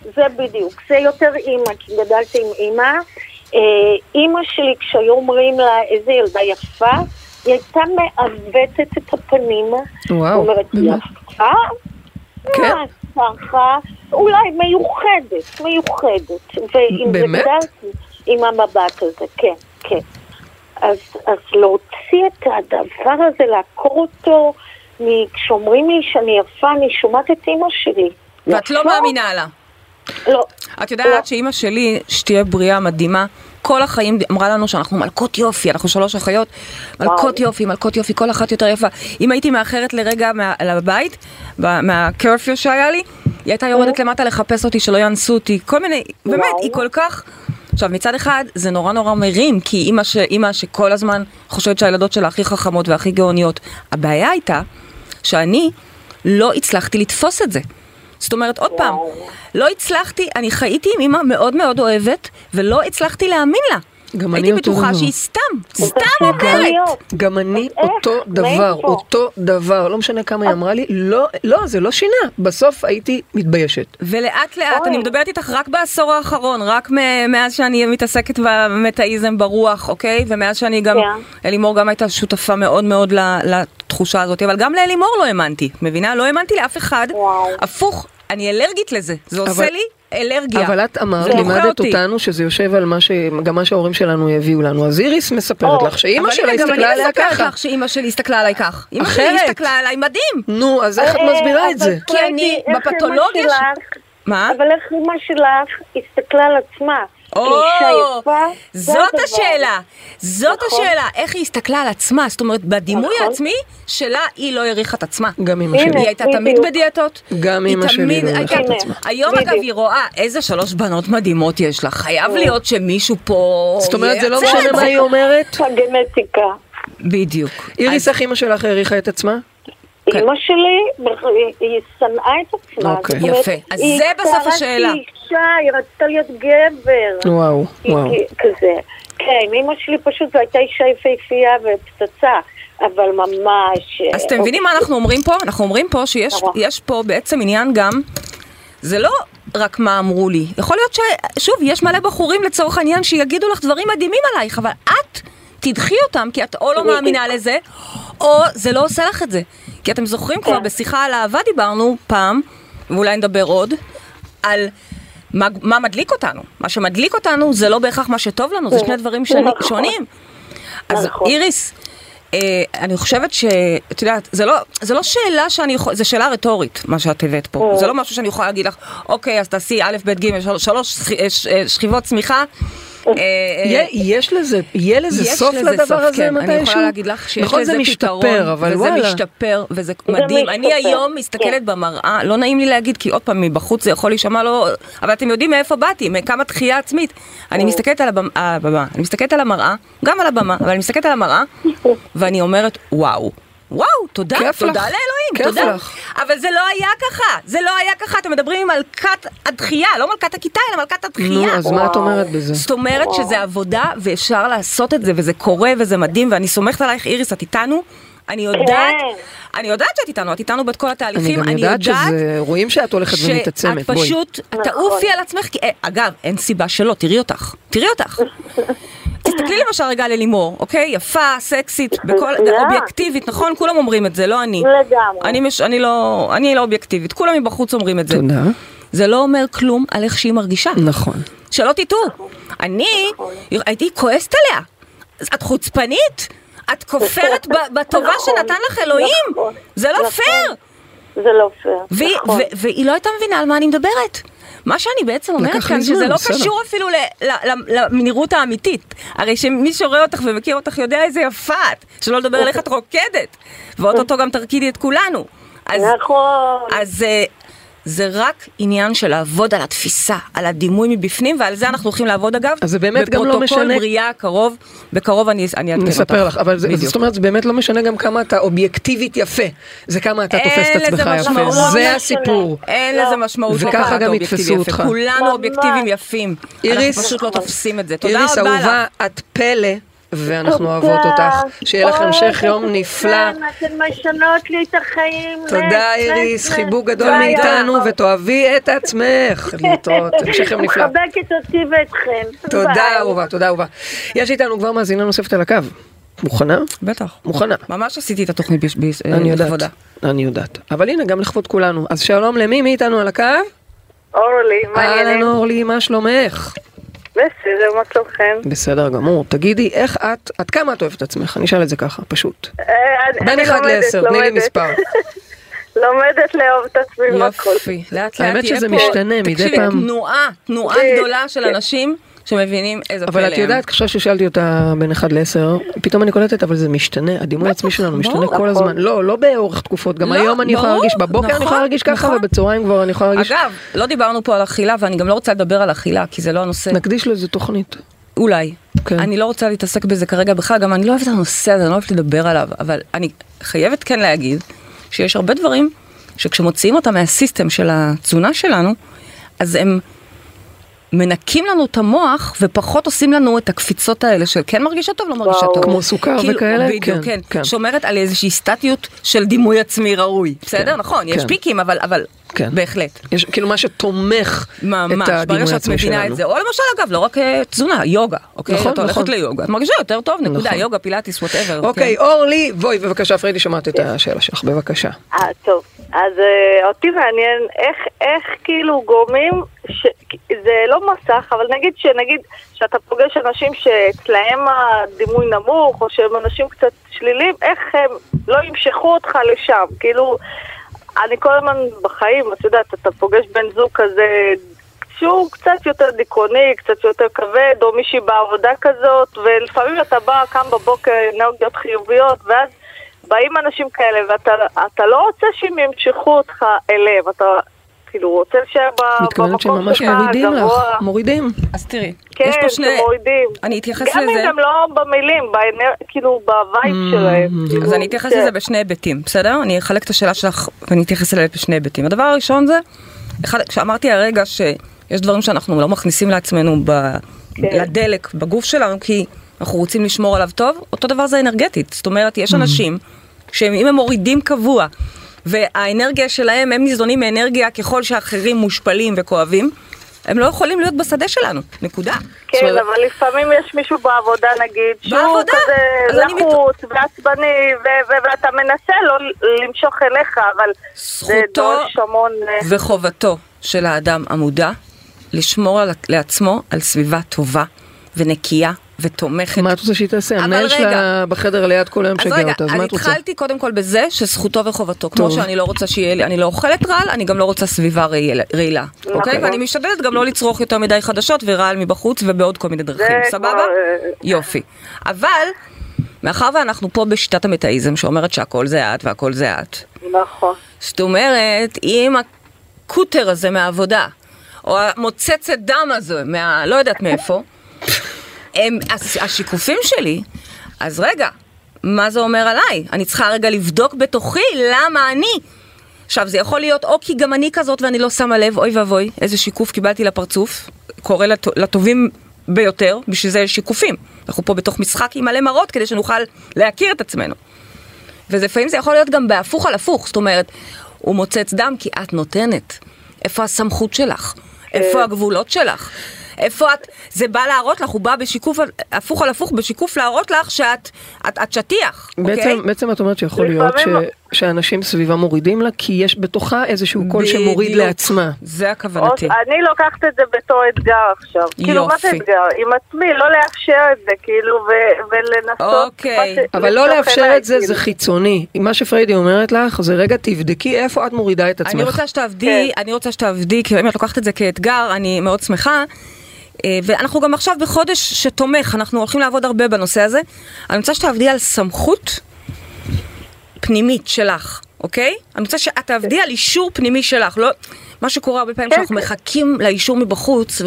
זה בדיוק. זה יותר אימא, כי גדלתי עם אימא. אימא שלי, כשהיו אומרים לה איזה ילדה יפה, היא הייתה מעוותת את הפנים. וואו. אומרת, יפה? כן. ככה, אולי מיוחדת. ואם זה גדלתי עם המבט הזה, כן, כן. אז להוציא את הדבר הזה, לעקור אותו, כשאומרים לי שאני יפה, אני שומעת את אמא שלי. ואת לא מאמינה לה. לא. את יודעת שאמא שלי, שתהיה בריאה מדהימה, כל החיים אמרה לנו שאנחנו מלכות יופי, אנחנו 3 אחיות, מלכות יופי, כל אחת יותר יפה. אם הייתי מאחרת לרגע לבית, מהקרפיו שהיה לי, היא הייתה יורדת למטה לחפש אותי, שלא יאנסו אותי, כל מיני, באמת, היא כל כך... עכשיו, מצד אחד, זה נורא מרים, כי אימא שכל הזמן חושבת שהילדות שלה הכי חכמות והכי גאוניות. הבעיה הייתה שאני לא הצלחתי לתפוס את זה. זאת אומרת, עוד פעם, לא הצלחתי, אני חייתי עם אימא מאוד מאוד אוהבת, ולא הצלחתי להאמין לה. הייתי בטוחה שהיא סתם אומרת. גם אני אותו דבר, לא משנה כמה היא אמרה לי, לא, זה לא שינה. בסוף הייתי מתביישת. ולאט לאט, אני מדברת איתך רק בעשור האחרון, רק מאז שאני מתעסקת במטאיזם ברוח, אוקיי? ומאז שאני גם, אלימור גם הייתה שותפה מאוד מאוד לתחושה הזאת, אבל גם לאלימור לא האמנתי, מבינה? לא האמנתי לאף אחד. הפוך, אני אלרגית לזה. זה עושה לי אלרגיה. אבל את אמרת, לימדת אותנו שזה יושב על גם מה שההורים שלנו הביאו לנו. אז איריס מספרת לך שאמא שלה הסתכלה עליה ככה. אבל אני מספרת לך שאמא שלי הסתכלה עליי כך. אמא שלי הסתכלה עליי מדהים. נו, אז איך את מסבירה את זה? כי אני בפתולוגיה... מה? אבל איך אמא שלך הסתכלה על עצמה? זאת השאלה. זאת השאלה. איך היא הסתכלה על עצמה? זאת אומרת, בדימוי העצמי שלה היא לא העריכה את עצמה. גם אמא שלי. היא הייתה תמיד בדיאטות. גם אמא שלי לא העריכה את עצמה. היום אגב היא רואה איזה 3 בנות מדהימות יש לה. חייב להיות שמישהו פה... זאת אומרת, זה לא משנה מה היא אומרת? הגנטיקה. בדיוק. איריס, איך אמא שלך העריכה את עצמה? אמא שלי, היא שנאה את עצמה. יפה. אז זה בסוף השאלה. היא רצתה להיות גבר. וואו. כזה. כן, אמא שלי פשוט הייתה אישה יפהפייה ופצצה, אבל ממש... אז אתם מבינים מה אנחנו אומרים פה? אנחנו אומרים פה שיש פה בעצם עניין גם, זה לא רק מה אמרו לי. יכול להיות ששוב, יש מלא בחורים לצורך העניין שיגידו לך דברים מדהימים עלייך, אבל את תדחי אותם, כי את או לא מאמינה לזה, או זה לא עושה לך את זה. כי אתם זוכרים כבר בשיחה על אהבה דיברנו פעם, ואולי נדבר עוד, על מה מדליק אותנו. מה שמדליק אותנו זה לא בהכרח מה שטוב לנו, זה שני דברים שונים. אז איריס, אני חושבת את יודעת, זה לא שאלה זה שאלה רטורית, מה שאת הבאת פה. זה לא משהו שאני יכולה להגיד לך, אוקיי, אז תעשי א', ב', ג', 3 שכיבות צמיחה. יהיה לזה סוף לדבר הזה מתישהו? אני יכולה להגיד לך שיש לזה פתרון, וזה משתפר, וזה מדהים. אני היום מסתכלת במראה, לא נעים לי להגיד, כי עוד פעם מבחוץ זה יכול להישמע לא... אבל אתם יודעים מאיפה באתי, מכמה תחייה עצמית. אני מסתכלת על הבמה, אני מסתכלת על המראה, גם על הבמה, אבל אני מסתכלת על המראה, ואני אומרת, וואו, תודה לאלוהים, תודה. אבל זה לא היה ככה, אתם מדברים על מלכת הדחייה, לא מלכת הכיתה, אלא מלכת הדחייה. נו, אז מה את אומרת בזה? זאת אומרת שזה עבודה, ואפשר לעשות את זה, וזה קורה, וזה מדהים, ואני סומכת עלייך, איריס, את איתנו? אני יודעת שאת איתנו, את איתנו בכל התהליכים, אני גם יודעת רואים שאת הולכת ומתעצמת, שאת פשוט תעופי על עצמך, אגב, אין סיבה שלא, תראי אותך. תסתכלי למשל רגע על אלימור, אוקיי? יפה, סקסית, אובייקטיבית, נכון? כולם אומרים את זה, לא אני. אני לא אובייקטיבית, כולם מבחוץ אומרים את זה. תודה. זה לא אומר כלום על איך שהיא מרגישה. נכון. שלא תטעו. אני הייתי כועסת עליה. את חוצפנית? את כופרת בטובה שנתן לך אלוהים? זה לא פייר. זה לא פייר. והיא לא הייתה מבינה על מה אני מדברת. מה שאני בעצם אומרת כאן, שזה לא קשור אפילו למנהירות האמיתית. הרי שמי שרואה אותך ומכיר אותך יודע איזה יפת, שלא לדבר על איך את רוקדת, ואותו גם תרקידי את כולנו. נכון. אז זה רק עניין של לעבוד על התפיסה, על הדימוי מבפנים, ועל זה אנחנו הולכים לעבוד אגב. אז זה באמת גם לא משנה. בפרוטוקול בריאה בקרוב אני אעדכן אותך. נספר לך, אבל זאת אומרת, זה באמת לא משנה גם כמה אתה אובייקטיבית יפה. זה כמה אתה תופס את עצמך יפה. זה הסיפור. אין לזה משמעות. וככה גם יתפסו אותך. כולנו אובייקטיביים יפים. אנחנו פשוט לא תופסים את זה. תודה רבה לך. איריס אהובה, את פלא. ואנחנו אוהבות אותך. שיהיה לך המשך יום נפלא. אתן משנות לי את החיים. תודה איריס, חיבוק גדול מאיתנו, ותאהבי את עצמך. להתראות, המשך יום נפלא. מחבקת אותי ואתכם. תודה אהובה, תודה אהובה. יש איתנו כבר מאזינה נוספת על הקו. מוכנה? בטח. מוכנה. ממש עשיתי את התוכנית לכבודה. אני יודעת. אבל הנה, גם לכבוד כולנו. אז שלום למי? מי איתנו על הקו? אורלי, מה העניינים? אהלן אורלי, מה שלומך? בסדר, מה שלומכם? בסדר גמור. תגידי, איך את, עד כמה את אוהבת את עצמך? אני אשאל את זה ככה, פשוט. בין 1 ל-10, תני לי מספר. לומדת לאהוב את עצמי והכל. יופי, לאט לאט האמת שזה משתנה מדי פעם. תנועה גדולה של אנשים שמבינים איזה פלא. אבל את יודעת, עכשיו ששאלתי אותה בין 1 ל-10, פתאום אני קולטת, אבל זה משתנה, הדימוי העצמי שלנו משתנה כל הזמן. לא באורך תקופות, גם היום אני יכולה להרגיש, בבוקר אני יכולה להרגיש ככה, ובצהריים כבר אני יכולה להרגיש... אגב, לא דיברנו פה על אכילה, ואני גם לא רוצה לדבר על אכילה, כי זה לא הנושא. נקדיש לזה תוכנית. אולי. אני לא רוצה להתעסק בזה כרגע בכלל, גם אני לא אוהבת את הנושא הזה, אני לא אוהבת לדבר עליו, אבל אני חייבת כן להגיד שיש הרבה דברים שכשמוציאים אותם מהסיסטם של התזונה שלנו, אז הם מנקים לנו את המוח, ופחות עושים לנו את הקפיצות האלה של כן מרגישה טוב, לא מרגישה טוב. כמו סוכר וכאלה? בדיוק, כן. שומרת על איזושהי סטטיות של דימוי עצמי ראוי. בסדר? נכון, יש פיקים, אבל בהחלט. יש כאילו מה שתומך את הדימוי העצמי שלנו. או למשל, אגב, לא רק תזונה, יוגה. אוקיי? אתה הולכת ליוגה. את מרגישה יותר טוב, נקודה, יוגה, פילאטיס, whatever. אוקיי, אורלי, בואי, בבקשה, פריידי, שמעת את השאלה שלך, בבקשה. טוב, אז אותי מעניין איך כאילו גורמים, זה לא מסך, אבל נגיד שאתה פוגש אנשים שאצלהם הדימוי נמוך, או שהם אנשים קצת שלילים, איך הם לא ימשכו אותך לשם, כאילו, אני כל הזמן בחיים, את יודעת, אתה פוגש בן זוג כזה, שהוא קצת יותר דיכאוני, קצת יותר כבד, או מישהי בעבודה כזאת, ולפעמים אתה בא, קם בבוקר, אנרגיות חיוביות, ואז באים אנשים כאלה, ואתה לא רוצה שהם ימשכו אותך אליהם, אתה כאילו רוצה מתכוונת שממש מורידים לך, מורידים. אז תראי, יש פה שני, אני אתייחס לזה. גם אם הם לא במילים, כאילו בווייב שלהם. אז אני אתייחס לזה בשני היבטים, בסדר? אני אחלק את השאלה שלך ואני אתייחס אליה בשני היבטים. הדבר הראשון זה, כשאמרתי הרגע שיש דברים שאנחנו לא מכניסים לעצמנו לדלק בגוף שלנו, כי אנחנו רוצים לשמור עליו טוב, אותו דבר זה אנרגטית. זאת אומרת, יש אנשים שאם הם מורידים קבוע, והאנרגיה שלהם, הם ניזונים מאנרגיה ככל שאחרים מושפלים וכואבים, הם לא יכולים להיות בשדה שלנו, נקודה. כן, אבל לפעמים יש מישהו בעבודה נגיד, שהוא כזה לחוץ ועצבני, ואתה מנסה לא למשוך אליך, אבל זה דורש המון... וחובתו של האדם המודע, לשמור לעצמו על סביבה טובה ונקייה ותומכת. מה את רוצה שהיא תעשה? המנהל שלה בחדר ליד כל היום שגע אותה, אז מה את רוצה? אני התחלתי קודם כל בזה שזכותו וחובתו, כמו שאני לא רוצה שיהיה לי, אני לא אוכלת רעל, אני גם לא רוצה סביבה רעילה, אוקיי? ואני משתדלת גם לא לצרוך יותר מדי חדשות ורעל מבחוץ ובעוד כל מיני דרכים, סבבה? יופי. אבל, מאחר ואנחנו פה בשיטת המטאיזם שאומרת שהכל זה את והכל זה את. נכון. זאת אומרת, אם הקוטר הזה מהעבודה, או המוצצת דם הזה, לא יודעת מאיפה, השיקופים שלי, אז רגע, מה זה אומר עליי? אני צריכה רגע לבדוק בתוכי למה אני. עכשיו, זה יכול להיות או כי גם אני כזאת ואני לא שמה לב, אוי ואבוי, איזה שיקוף קיבלתי לפרצוף, קורא לטובים ביותר, בשביל זה שיקופים. אנחנו פה בתוך משחק עם מלא מראות כדי שנוכל להכיר את עצמנו. ולפעמים זה יכול להיות גם בהפוך על הפוך, זאת אומרת, הוא מוצץ דם כי את נותנת. איפה הסמכות שלך? איפה הגבולות שלך? איפה את, זה בא להראות לך, הוא בא בשיקוף, הפוך על הפוך, בשיקוף להראות לך שאת שטיח, אוקיי? בעצם את אומרת שיכול להיות שאנשים סביבה מורידים לה, כי יש בתוכה איזשהו קול שמוריד לעצמה. זה הכוונתי. אני לוקחת את זה בתור אתגר עכשיו. כאילו, מה זה אתגר? עם עצמי, לא לאפשר את זה, כאילו, ולנסות... אוקיי. אבל לא לאפשר את זה, זה חיצוני. מה שפריידי אומרת לך, זה רגע תבדקי איפה את מורידה את עצמך. אני רוצה שתעבדי, כי אם את לוקחת את זה כאתגר, אני מאוד שמחה. ואנחנו גם עכשיו בחודש שתומך, אנחנו הולכים לעבוד הרבה בנושא הזה. אני רוצה שתעבדי על סמכות פנימית שלך, אוקיי? אני רוצה שאת תעבדי על אישור פנימי שלך, לא... מה שקורה הרבה פעמים שאנחנו מחכים לאישור מבחוץ,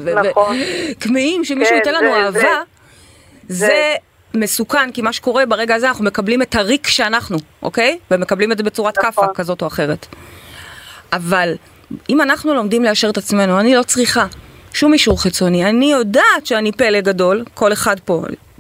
וכמאים שמישהו ייתן לנו אהבה, זה מסוכן, כי מה שקורה ברגע הזה, אנחנו מקבלים את הריק שאנחנו, אוקיי? ומקבלים את זה בצורת קפה כזאת או אחרת. אבל אם אנחנו לומדים לאשר את עצמנו, אני לא צריכה שום אישור חיצוני. אני יודעת שאני פלא גדול, כל אחד פה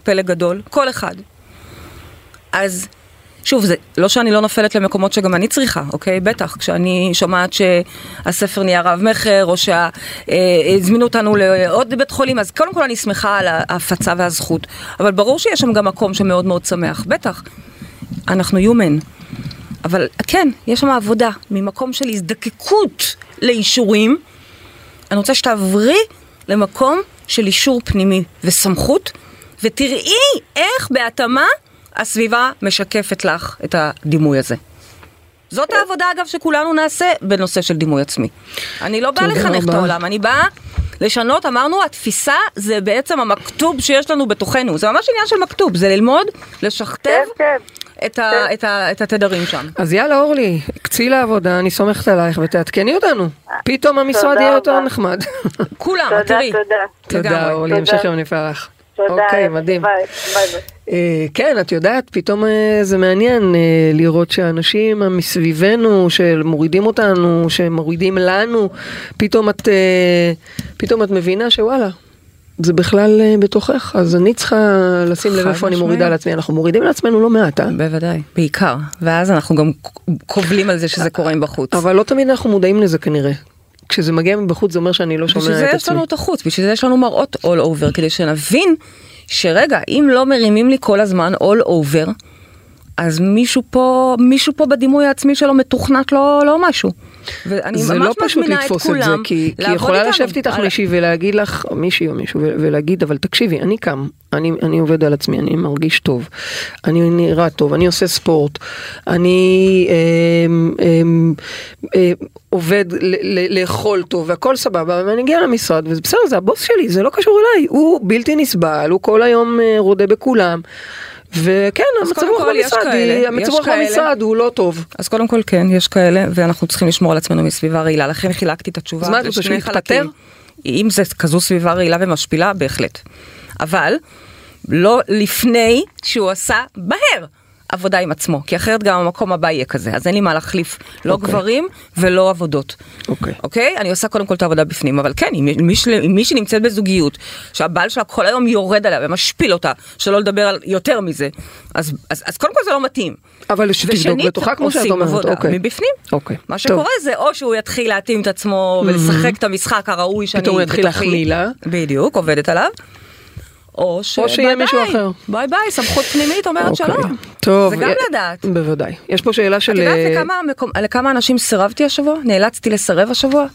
פלא גדול, כל אחד. אז שוב, זה לא שאני לא נופלת למקומות שגם אני צריכה, אוקיי? בטח, כשאני שומעת שהספר נהיה רב מחר, או שהזמינו אותנו לעוד בית חולים, אז קודם כל אני שמחה על ההפצה והזכות. אבל ברור שיש שם גם מקום שמאוד מאוד שמח, בטח. אנחנו human. אבל כן, יש שם עבודה, ממקום של הזדקקות לאישורים. אני רוצה שתעברי למקום של אישור פנימי וסמכות, ותראי איך בהתאמה הסביבה משקפת לך את הדימוי הזה. זאת העבודה אגב שכולנו נעשה בנושא של דימוי עצמי. אני לא באה לחנך את העולם, אני באה לשנות, אמרנו, התפיסה זה בעצם המכתוב שיש לנו בתוכנו, זה ממש עניין של מכתוב, זה ללמוד, לשכתב את התדרים שם. אז יאללה אורלי, קצי לעבודה, אני סומכת עלייך ותעדכני אותנו. פתאום המשרד יהיה יותר נחמד. כולם, תראי. תודה אורלי, המשך יום נפלא לך. אוקיי, מדהים. כן, את יודעת, פתאום זה מעניין לראות שאנשים מסביבנו, שמורידים אותנו, שמורידים לנו, פתאום את מבינה שוואלה, זה בכלל בתוכך, אז אני צריכה לשים לב איפה אני מורידה לעצמי, אנחנו מורידים לעצמנו לא מעט. בוודאי, בעיקר, ואז אנחנו גם קובלים על זה שזה קורה בחוץ. אבל לא תמיד אנחנו מודעים לזה כנראה. כשזה מגיע מבחוץ זה אומר שאני לא שומע את עצמי. בשביל זה יש לנו את החוץ, בשביל זה יש לנו מראות all over, כדי שנבין שרגע, אם לא מרימים לי כל הזמן all over, אז מישהו פה בדימוי העצמי שלו מתוכנת לא משהו. זה לא פשוט לתפוס את זה, כי יכולה לשבת איתך מישהי ולהגיד לך, מישהי או מישהו, ולהגיד, אבל תקשיבי, אני קם, אני עובד על עצמי, אני מרגיש טוב, אני נראה טוב, אני עושה ספורט, אני עובד לאכול טוב, והכל סבבה, ואני אגיע למשרד, וזה בסדר, זה הבוס שלי, זה לא קשור אליי, הוא בלתי נסבל, הוא כל היום רודה בכולם, וכן, המצב רוח במשרד הוא לא טוב. אז קודם כל כן, יש כאלה, ואנחנו צריכים לשמור על עצמנו מסביבה רעילה, לכן חילקתי את התשובה. אז מה את רוצה שהוא יתפטר? אם זה כזו סביבה רעילה ומשפילה, בהחלט. אבל לא לפני שהוא עשה בהר עבודה עם עצמו, כי אחרת גם המקום הבא יהיה כזה, אז אין לי מה להחליף, לא גברים ולא עבודות. אוקיי? אני עושה קודם כל את העבודה בפנים, אבל כן, אם מי שנמצאת בזוגיות, שהבעל שלה כל היום יורד עליה ומשפיל אותה, שלא לדבר על יותר מזה, אז קודם כל זה לא מתאים. אבל שתבדוק בתוכה כמו שאת אומרת. עבודה מבפנים. מה שקורה זה או שהוא יתחיל להתאים את עצמו ולשחק את המשחק הראוי שאני פתאום הוא יתחיל להחמיא לה. בדיוק, עובדת עליו. או שיהיה מישהו אחר. ביי ביי, סמכות פנימית אומרת שלום. טוב. זה גם לדעת. בוודאי. יש פה שאלה של... את יודעת לכמה אנשים סירבתי השבוע? נאלצתי לסרב השבוע?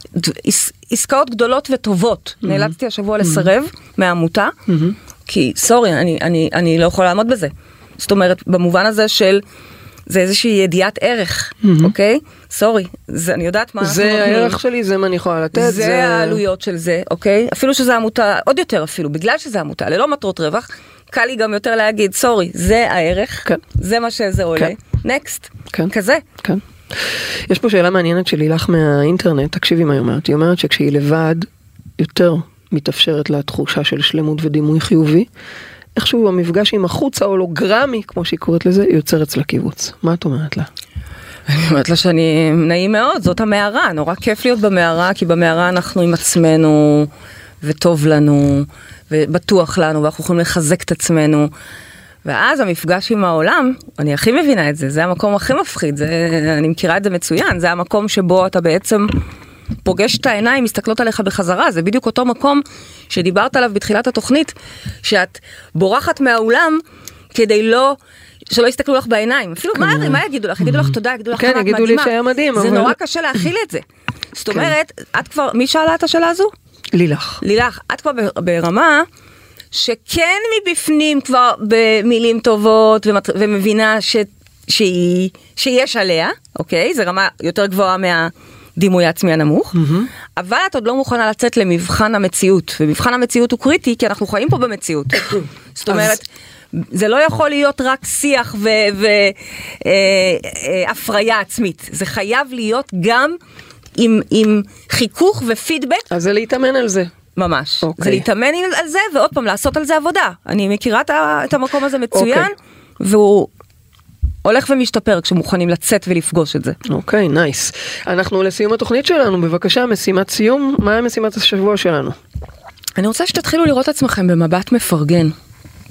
עסקאות גדולות וטובות. נאלצתי השבוע לסרב מהעמותה, כי סורי, אני לא יכולה לעמוד בזה. זאת אומרת, במובן הזה של... זה איזושהי ידיעת ערך, אוקיי? סורי, אני יודעת מה אנחנו נותנים. זה הערך שלי, זה מה אני יכולה לתת. זה העלויות של זה, אוקיי? אפילו שזה עמותה, עוד יותר אפילו, בגלל שזה עמותה, ללא מטרות רווח, קל לי גם יותר להגיד, סורי, זה הערך, זה מה שזה עולה, נקסט, כזה. כן. יש פה שאלה מעניינת של לילך מהאינטרנט, תקשיבי מה היא אומרת. היא אומרת שכשהיא לבד, יותר מתאפשרת לה תחושה של שלמות ודימוי חיובי, איכשהו המפגש עם החוץ ההולוגרמי, כמו שהיא קוראת לזה, יוצר אצלה קיבוץ. מה את אומרת לה? אני אומרת לה שאני נעים מאוד, זאת המערה, נורא כיף להיות במערה, כי במערה אנחנו עם עצמנו, וטוב לנו, ובטוח לנו, ואנחנו יכולים לחזק את עצמנו, ואז המפגש עם העולם, אני הכי מבינה את זה, זה המקום הכי מפחיד, אני מכירה את זה מצוין, זה המקום שבו אתה בעצם... פוגש את העיניים, מסתכלות עליך בחזרה, זה בדיוק אותו מקום שדיברת עליו בתחילת התוכנית, שאת בורחת מהאולם כדי שלא יסתכלו לך בעיניים. אפילו מה יגידו לך? יגידו לך תודה, יגידו לך כמה את מדהימה. יגידו לי שהיה מדהים. זה נורא קשה להכיל את זה. זאת אומרת, את כבר, מי שאלה את השאלה הזו? לילך. לילך, את כבר ברמה שכן מבפנים כבר במילים טובות ומבינה שיש עליה, אוקיי? זה רמה יותר גבוהה דימוי העצמי הנמוך, אבל את עוד לא מוכנה לצאת למבחן המציאות, ומבחן המציאות הוא קריטי, כי אנחנו חיים פה במציאות. זאת אומרת, זה לא יכול להיות רק שיח והפריה עצמית, זה חייב להיות גם עם חיכוך ופידבק. אז זה להתאמן על זה. ממש. זה להתאמן על זה, ועוד פעם לעשות על זה עבודה. אני מכירה את המקום הזה מצוין, והוא... הולך ומשתפר כשמוכנים לצאת ולפגוש את זה. אוקיי, נייס. אנחנו לסיום התוכנית שלנו, בבקשה, משימת סיום. מה משימת השבוע שלנו? אני רוצה שתתחילו לראות עצמכם במבט מפרגן.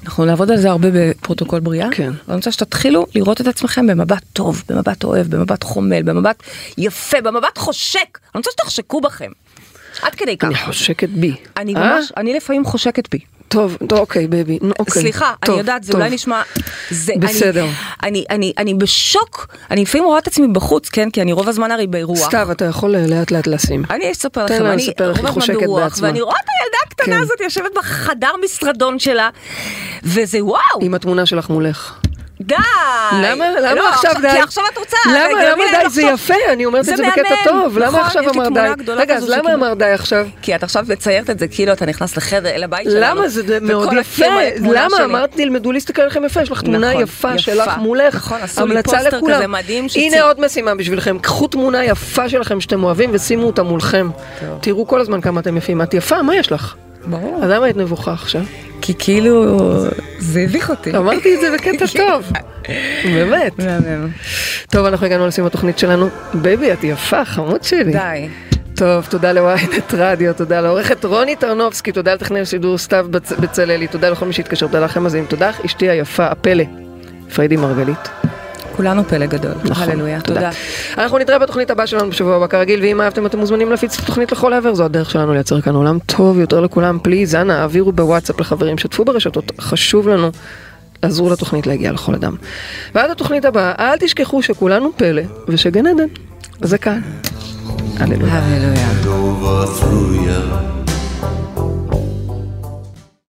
אנחנו נעבוד על זה הרבה בפרוטוקול בריאה. כן. ואני רוצה שתתחילו לראות את עצמכם במבט טוב, במבט אוהב, במבט חומל, במבט יפה, במבט חושק. אני רוצה שתחשקו בכם. עד כדי כך. אני חושקת בי. אני ממש, אני לפעמים חושקת בי. טוב, אוקיי, בייבי. סליחה, אני יודעת, זה אולי נשמע... בסדר. אני בשוק, אני לפעמים רואה את עצמי בחוץ, כן? כי אני רוב הזמן הרי באירוח. סתיו, אתה יכול לאט לאט לשים. אני אספר לכם, אני רוב הזמן באירוח, ואני רואה את הילדה הקטנה הזאת יושבת בחדר משרדון שלה, וזה וואו. עם התמונה שלך מולך. די! למה עכשיו די? כי עכשיו את רוצה. למה די? זה יפה, אני אומרת את זה בקטע טוב. למה עכשיו אמר די? רגע, אז למה אמר די עכשיו? כי את עכשיו מציירת את זה, כאילו אתה נכנס לחדר, אל הבית שלנו. למה? זה מאוד יפה. למה? אמרת, תלמדו להסתכל עליכם יפה, יש לך תמונה יפה שלך מולך. המלצה לכולם. הנה עוד משימה בשבילכם. קחו תמונה יפה שלכם שאתם אוהבים ושימו אותה מולכם. תראו כל הזמן כמה אתם יפים. את יפה, מה יש לך? ברור. אז למה היית נבוכה עכשיו? כי כאילו זה הביך אותי. אמרתי את זה בקטע טוב. באמת. טוב, אנחנו הגענו לסיום התוכנית שלנו. בייבי, את יפה, חמוד שלי. די. טוב, תודה לוויינט רדיו, תודה לעורכת רוני טרנובסקי, תודה לטכנאי השידור סתיו בצללי, תודה לכל מי שהתקשר, תודה לכם הזים, תודה אשתי היפה, הפלא, פריידי מרגלית. כולנו פלא גדול. הללויה, תודה. אנחנו נתראה בתוכנית הבאה שלנו בשבוע הבא כרגיל, ואם אהבתם אתם מוזמנים להפיץ את התוכנית לכל העבר, זו הדרך שלנו לייצר כאן עולם טוב יותר לכולם. פליז, אנא, העבירו בוואטסאפ לחברים, שתפו ברשתות, חשוב לנו לעזור לתוכנית להגיע לכל אדם. ועד התוכנית הבאה, אל תשכחו שכולנו פלא, ושגן עדן, זה כאן. הללויה.